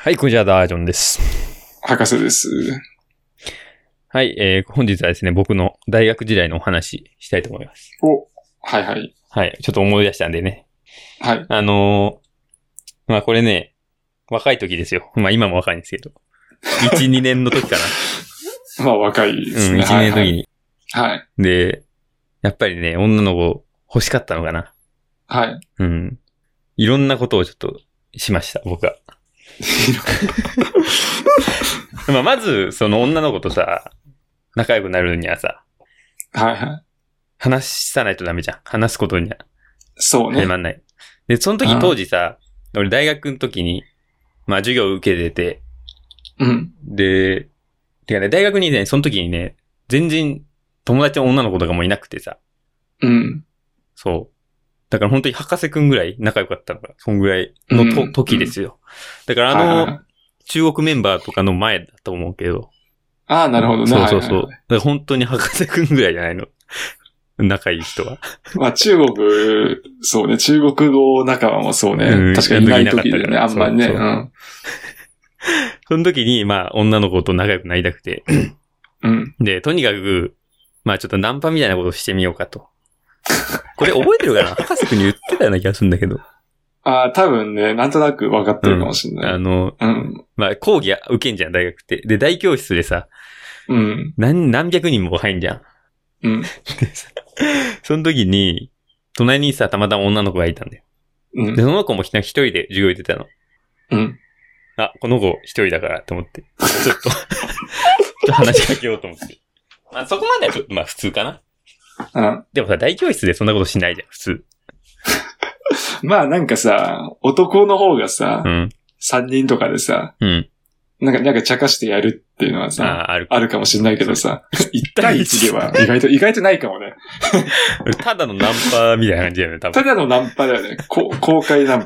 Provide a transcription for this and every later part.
はい、こんにちは、ダージョンです。 博士です。 はい、本日はですね、僕の大学時代のお話したいと思います。 はいはい。 はい、ちょっと思い出したんでね。 はい。 まあこれね、若い時ですよ。まあ今も若いんですけど。1、2年の時かな。まあ若いですね。 1、2年の時に。 はい。 で、やっぱりね、女の子欲しかったのかな。 はい。 いろんなことをちょっとしました、僕は。まあまず、その女の子とさ、仲良くなるにはさ、 はいはい。 話さないとダメじゃん。話すことには。 そうね。 始まんない。で、その時当時さ、俺大学の時に、まあ授業を受けてて、で、てかね、大学にね、その時にね、全然友達の女の子とかもいなくてさ、そう。だから本当に博士くんぐらい仲良かったのが、そんぐらいの時ですよ。だから中国メンバーとかの前だと思うけど。 ああ、なるほどね。 そうそうそう。だから本当に博士くんぐらいじゃないの。仲いい人は。 まあ中国、そうね、中国語仲間もそうね。確かにいない時だよね、あんまりね。 その時に、まあ女の子と仲良くなりたくて。で、とにかく、まあちょっとナンパみたいなことをしてみようかと。これ覚えてるかな博士くんに言ってたような気がするんだけど。 ああ、多分ね、なんとなく分かってるかもしれない。 まあ講義受けんじゃん、大学って。で、大教室でさ、何百人も入んじゃん。その時に、隣にさ、たまたま女の子がいたんだよ。で、その子も一人で授業行ってたの。あ、この子一人だからと思って。ちょっと話しかけようと思って。まあそこまではちょっとまあ普通かな。でもさ、大教室でそんなことしないじゃん、普通。 まあなんかさ、男の方がさ、3人とかでさ、なんか茶化してやるっていうのはさ、あるかもしれないけどさ、1対1では意外とないかもね。 ただのナンパみたいな感じだよね、多分。 ただのナンパだよね。公開ナンパ。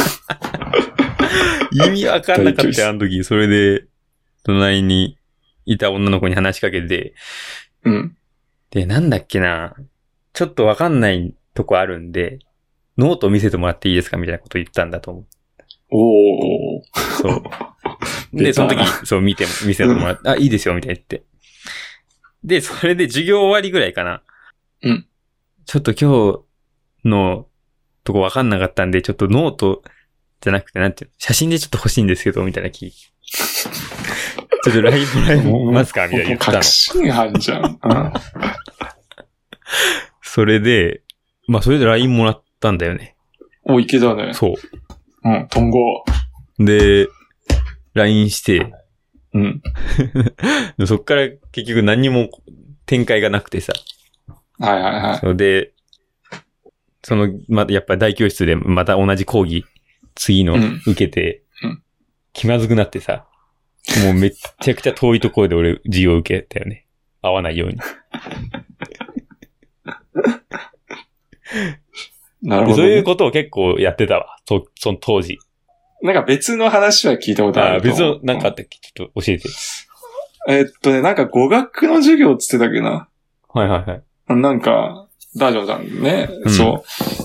意味わかんなかったよ、あの時。それで、隣にいた女の子に話しかけて、で、なんだっけな、ちょっとわかんないとこあるんで、ノート見せてもらっていいですかみたいなこと言ったんだと思う。そう。で、その時、そう見せてもらって、あ、いいですよ、みたいな言って。で、それで授業終わりぐらいかな。ちょっと今日のとこわかんなかったんで、ちょっとノートじゃなくて、なんていうの、写真でちょっと欲しいんですけど、みたいな聞いて。ちょっと LINE もらえますかみたいな言ったの。 確信犯じゃん。 それで、まあそれで LINE もらったんだよね。 いけたね。 そう。 トンゴ。 で、LINE して、そっから結局何にも展開がなくてさ。それで、またやっぱり大教室でまた同じ講義、次の受けて、気まずくなってさ、もうめっちゃくちゃ遠いところで俺授業受けたよね。会わないように。 なるほど、 そういうことを結構やってたわ。その当時。 なんか別の話は聞いたことある。 別の、なんかあったっけちょっと教えて。 なんか語学の授業っつってたっけな。 はいはいはい。 なんか、ダージョンさんね、そう。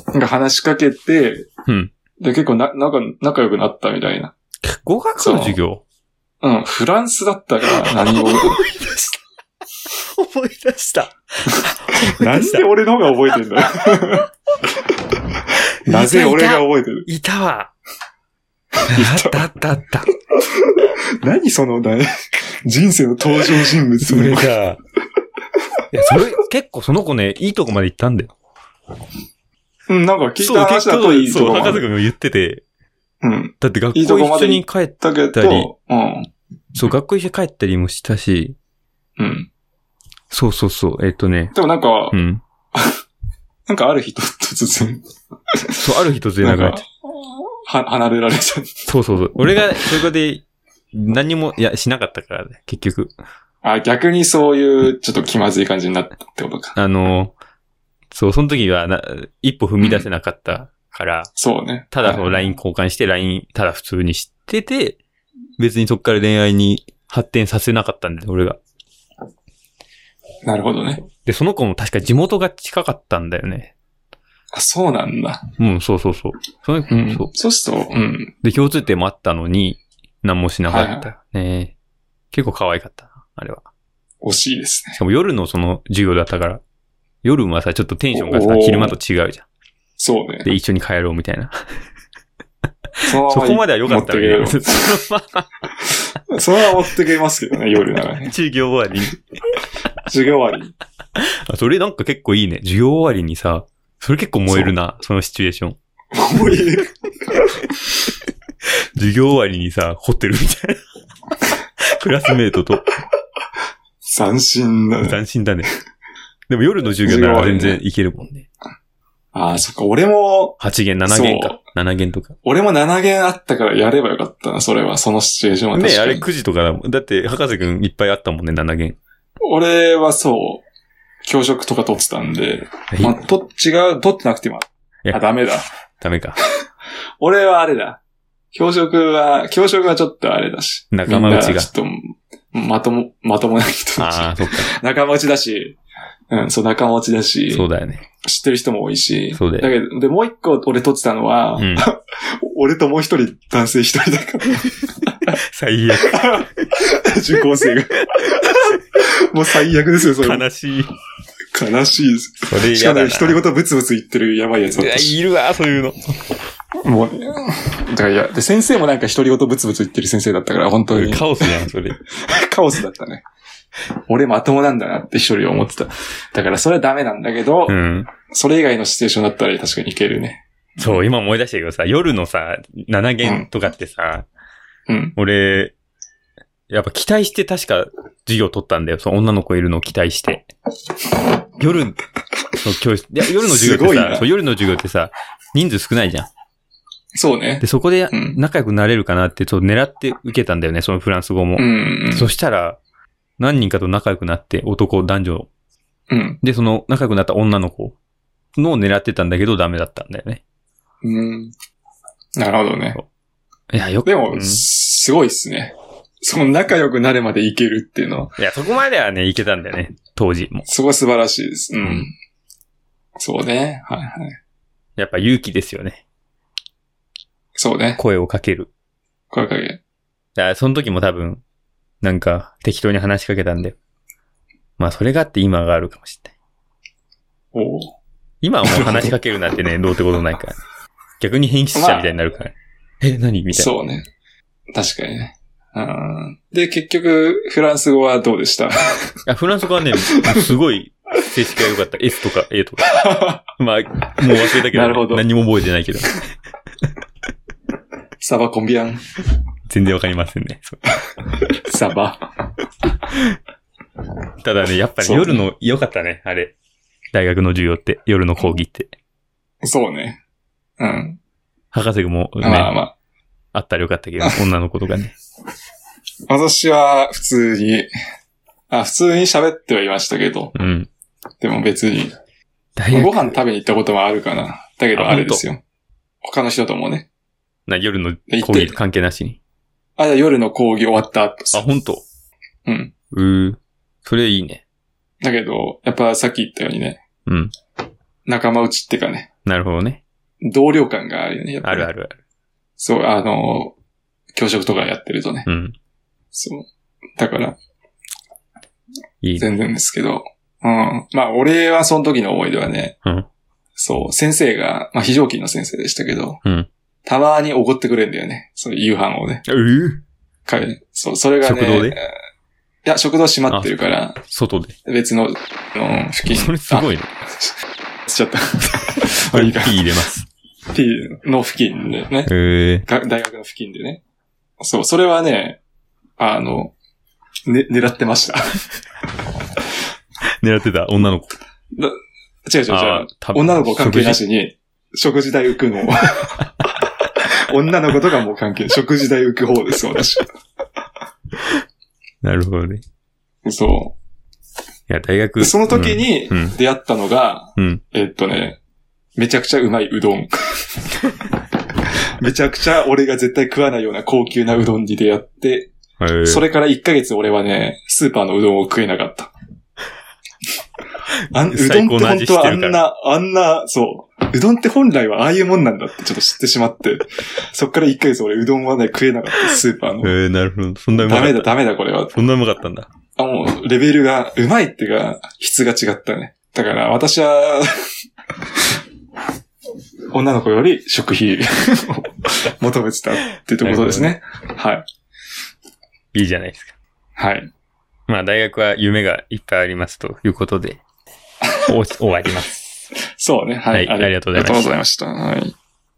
なんか話しかけて、で、結構なんか仲良くなったみたいな。 語学の授業フランスだったから何を。 思い出した。 なんで俺の方が覚えてんだよ。なぜ俺が覚えてる？ いたわ。あった。 何その人生の登場人物。 それが。いや、結構その子ね、いいとこまで行ったんだよ。 なんか聞いた話だといいとこまで。 そう、博士君も言ってて。だって学校一緒に帰ったり。そう、学校一緒に帰ったりもしたし。そう。 でもなんか、なんかある日突然。 そう、ある日突然なんか離れられちゃう。 そう。俺が、そこで、何も、しなかったからね、結局。 逆にそういう、ちょっと気まずい感じになったってことか。 そう、その時は一歩踏み出せなかったから。 そうね。 ただその LINE 交換して、LINE ただ普通に知ってて、別にそっから恋愛に発展させなかったんだよ、俺が。 なるほどね。 で、その子も確か地元が近かったんだよね。 そうなんだ。 そう。そうすると、 で、 共通点もあったのに、 何もしなかった。ね。結構可愛かったな、あれは。 惜しいですね。 しかも夜のその授業だったから、夜はさ、ちょっとテンションがさ、昼間と違うじゃん。 そうね。 で、一緒に帰ろうみたいな。そこまでは良かったね。 そのまま持ってけますけどね、夜ならね。 授業終わりに。 授業終わり。 それなんか結構いいね。授業終わりにさ、それ結構燃えるな、そのシチュエーション。 燃える。 授業終わりにさ、ホテルみたいな。クラスメートと。 斬新だね。 斬新だね。でも夜の授業なら全然いけるもんね。 ああ、そっか、俺も。 8限、7限か。7限とか。 俺も7限あったからやればよかったな、それは。そのシチュエーションは確かに。 ね、あれ9時とかだもん。だって、博士くんいっぱいあったもんね、7限。 俺はそう、教職とか取ってたんで。まあ、取ってなくても。ダメだ。 ダメか。 俺はあれだ。教職はちょっとあれだし。 仲間内が。 ちょっと、まともない人だし。 ああ、そっか。 仲間内だし。うん、そう、仲間内だし。 そうだよね。 知ってる人も多いし。 そうだよ。 だけど、で、もう一個俺取ってたのは、うん、俺ともう一人男性一人だから。 最悪。 受講生が。もう最悪ですよ、それ。 悲しい。 悲しいです。 それしかもね、独り言ブツブツ言ってるやばいやつだったし。 いるわ、そういうの。 もうね。だからいや、で、先生もなんか独り言ブツブツ言ってる先生だったから、本当に。 カオスじゃん、それ。 カオスだったね。俺まともなんだなって一人思ってた。だからそれはダメなんだけど、うん、それ以外のシチュエーションだったら確かにいけるね。 そう、今思い出したけどさ、夜のさ、7限とかってさ、 うん、 俺、やっぱ期待して確か授業取ったんだよ。その女の子いるのを期待して。夜の教室、いや、夜の授業ってさ、夜の授業ってさ、人数少ないじゃん。 そうね。 で、そこで仲良くなれるかなって、ちょっと狙って受けたんだよね、そのフランス語も。そしたら、何人かと仲良くなって、男、女。 うん。 で、その仲良くなった女の子のを狙ってたんだけど、ダメだったんだよね。 なるほどね。 いや、 でも、すごいっすね。その仲良くなるまでいけるっていうのは。 いや、そこまではね、いけたんだよね。当時も。 そこは素晴らしいです。うん。そうね。はいはい。 やっぱ勇気ですよね。 そうね。 声をかける。 声かける。 いや、その時も多分、なんか、適当に話しかけたんで。まあ、それがあって今があるかもしれない。今はもう話しかけるなんてね、どうってことないから。逆に変質者みたいになるから。何みたいな。 そうね。確かにね。で、結局、フランス語はどうでしたフランス語はね、すごい、成績が良かった。S とか A とか。まあ、もう忘れたけど、 なるほど。 何も覚えてないけど。 サバコンビアン。 全然わかりませんね。 サバ。 ただね、やっぱり夜の良かったね、あれ。大学の授業って、夜の講義って。 そうね。うん。 博士もね、あったらよかったけど、女の子とかね。 私は普通に喋ってはいましたけど。 うん。 でも別に、ご飯食べに行ったこともあるかな。だけどあれですよ。他の人ともね。 夜の講義関係なしに。 夜の講義終わった後さ。 本当？ うん。 それいいね。 だけど、やっぱさっき言ったようにね。 うん。 仲間内ってかね。 なるほどね。 同僚感があるよね。やっぱりある。 そう、教職とかやってるとね。 うん。 そう。だから、 いい。 全然ですけど。うん。まあ、俺はその時の思い出はね。 うん。 そう、先生が、非常勤の先生でしたけど。 うん。 たまにおごってくれるんだよね。そういう夕飯をね。そう、それがね。 食堂で？ いや、食堂閉まってるから。 外で。 別の、付近。 それすごいね。 しちゃった。 P 入れます。 P の付近でね。大学の付近でね。そう、それはね、狙ってました。 狙ってた女の子。 違う。女の子関係なしに、食事代浮くの。女の子とかも関係、食事代浮く方です、私。 なるほどね。 そう。 いや、大学。 その時に出会ったのが、めちゃくちゃうまいうどん。めちゃくちゃ俺が絶対食わないような高級なうどんに出会って、それから1ヶ月俺はね、スーパーのうどんを食えなかった。 うどんって本当はあんな、そう。うどんって本来はああいうもんなんだってちょっと知ってしまって、そっから1ヶ月俺うどんはね、食えなかった、スーパーの。 なるほど。そんなうまかった。 ダメだ、これは。 そんなうまかったんだ。 もう、レベルが、うまいっていうか、質が違ったね。だから、私は、女の子より食費を求めてたっていうところですね。はい。 いいじゃないですか。 はい。 まあ、大学は夢がいっぱいありますということで、終わります。 そうね。はい。 ありがとうございました。 ありがとうございました。はい。